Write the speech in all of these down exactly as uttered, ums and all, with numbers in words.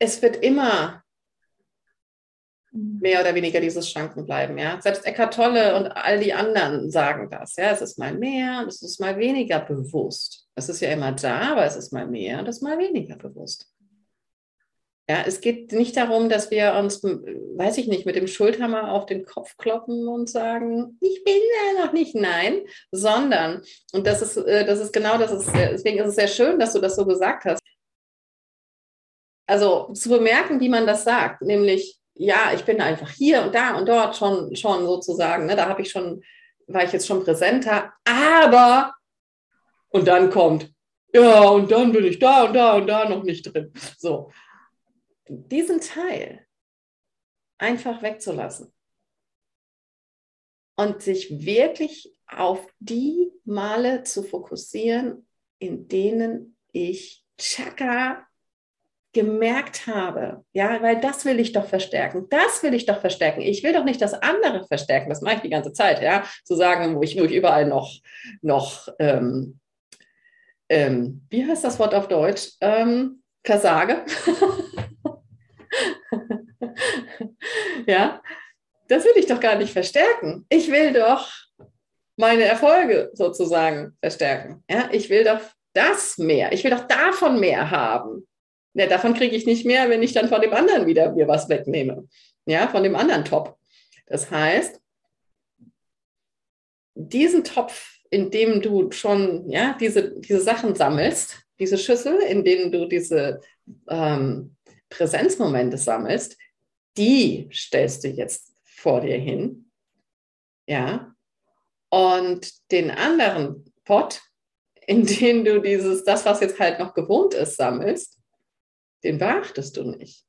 es wird immer mehr oder weniger dieses Schwanken bleiben. Ja? Selbst Eckhart Tolle und all die anderen sagen das. Ja? Es ist mal mehr und es ist mal weniger bewusst. Es ist ja immer da, aber es ist mal mehr und es ist mal weniger bewusst. Ja, es geht nicht darum, dass wir uns, weiß ich nicht, mit dem Schulterhammer auf den Kopf kloppen und sagen, ich bin ja noch nicht, nein, sondern, und das ist, das ist genau das, ist, deswegen ist es sehr schön, dass du das so gesagt hast, also zu bemerken, wie man das sagt, nämlich, ja, ich bin einfach hier und da und dort schon, schon sozusagen, ne, da habe ich schon, war ich jetzt schon präsenter, aber, und dann kommt, ja, und dann bin ich da und da und da noch nicht drin, so. Diesen Teil einfach wegzulassen und sich wirklich auf die Male zu fokussieren, in denen ich Chakra gemerkt habe, ja, weil das will ich doch verstärken, das will ich doch verstärken. Ich will doch nicht das andere verstärken, das mache ich die ganze Zeit, ja, zu sagen, wo ich, wo ich überall noch, noch ähm, ähm, wie heißt das Wort auf Deutsch? Ähm, versage. Ja, das will ich doch gar nicht verstärken. Ich will doch meine Erfolge sozusagen verstärken. Ja, ich will doch das mehr. Ich will doch davon mehr haben. Ja, davon kriege ich nicht mehr, wenn ich dann von dem anderen wieder mir was wegnehme. Ja, von dem anderen Topf. Das heißt, diesen Topf, in dem du schon ja, diese, diese Sachen sammelst, diese Schüssel, in denen du diese ähm, Präsenzmomente sammelst, die stellst du jetzt vor dir hin, ja, und den anderen Pot, in den du dieses, das, was jetzt halt noch gewohnt ist, sammelst, den beachtest du nicht.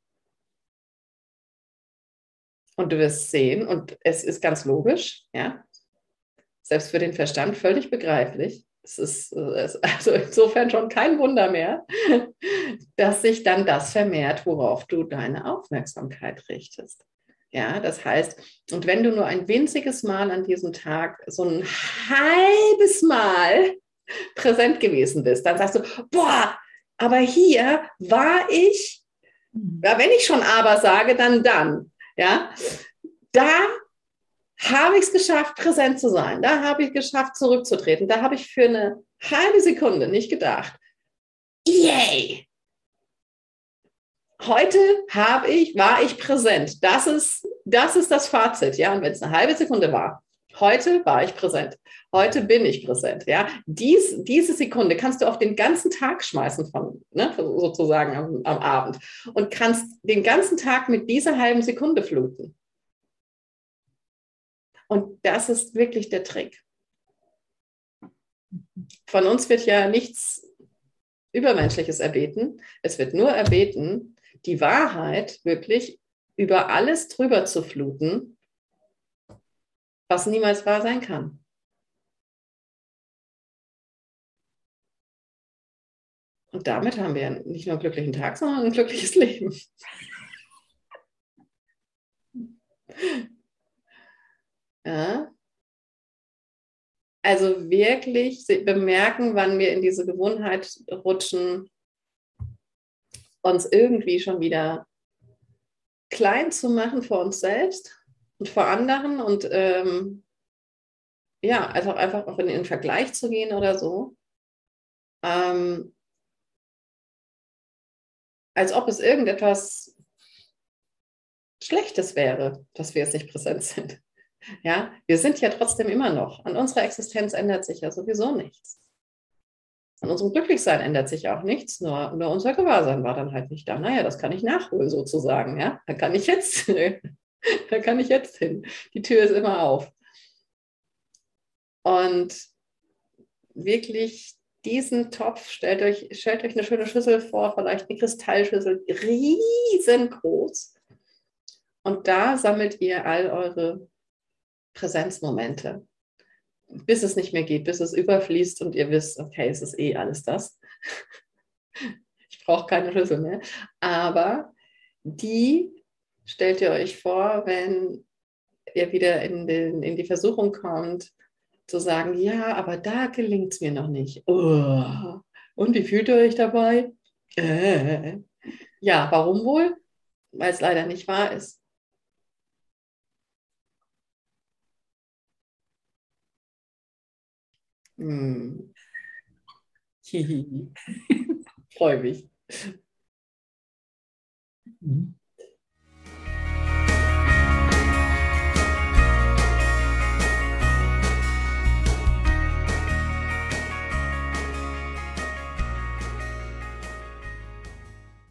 Und du wirst sehen, und es ist ganz logisch, ja, selbst für den Verstand völlig begreiflich, es ist, es ist also insofern schon kein Wunder mehr, dass sich dann das vermehrt, worauf du deine Aufmerksamkeit richtest. Ja, das heißt, und wenn du nur ein winziges Mal an diesem Tag, so ein halbes Mal präsent gewesen bist, dann sagst du, boah, aber hier war ich, ja, wenn ich schon aber sage, dann dann, ja, da habe ich es geschafft, präsent zu sein, da habe ich es geschafft, zurückzutreten, da habe ich für eine halbe Sekunde nicht gedacht, yay, heute habe ich, war ich präsent. Das ist, das ist das Fazit, ja. Und wenn es eine halbe Sekunde war, heute war ich präsent. Heute bin ich präsent, ja. Dies, diese Sekunde kannst du auf den ganzen Tag schmeißen, von, ne, sozusagen am, am Abend. Und kannst den ganzen Tag mit dieser halben Sekunde fluten. Und das ist wirklich der Trick. Von uns wird ja nichts Übermenschliches erbeten. Es wird nur erbeten, die Wahrheit wirklich über alles drüber zu fluten, was niemals wahr sein kann. Und damit haben wir nicht nur einen glücklichen Tag, sondern ein glückliches Leben. Ja. Also wirklich bemerken, wann wir in diese Gewohnheit rutschen, uns irgendwie schon wieder klein zu machen vor uns selbst und vor anderen und ähm, ja, also einfach auch in den Vergleich zu gehen oder so. Ähm, als ob es irgendetwas Schlechtes wäre, dass wir jetzt nicht präsent sind. Ja, wir sind ja trotzdem immer noch. An unserer Existenz ändert sich ja sowieso nichts. An unserem Glücklichsein ändert sich auch nichts, nur, nur unser Gewahrsein war dann halt nicht da. Naja, das kann ich nachholen sozusagen. Ja? Da kann ich jetzt, da kann ich jetzt hin. Die Tür ist immer auf. Und wirklich diesen Topf, stellt euch, stellt euch eine schöne Schüssel vor, vielleicht eine Kristallschüssel, riesengroß. Und da sammelt ihr all eure Präsenzmomente, bis es nicht mehr geht, bis es überfließt und ihr wisst, okay, es ist eh alles das. Ich brauche keine Schlüssel mehr. Aber die stellt ihr euch vor, wenn ihr wieder in, den, in die Versuchung kommt, zu sagen, ja, aber da gelingt es mir noch nicht. Oh. Und wie fühlt ihr euch dabei? Äh. Ja, warum wohl? Weil es leider nicht wahr ist. Hm. Hihi. Freue mich. Mhm.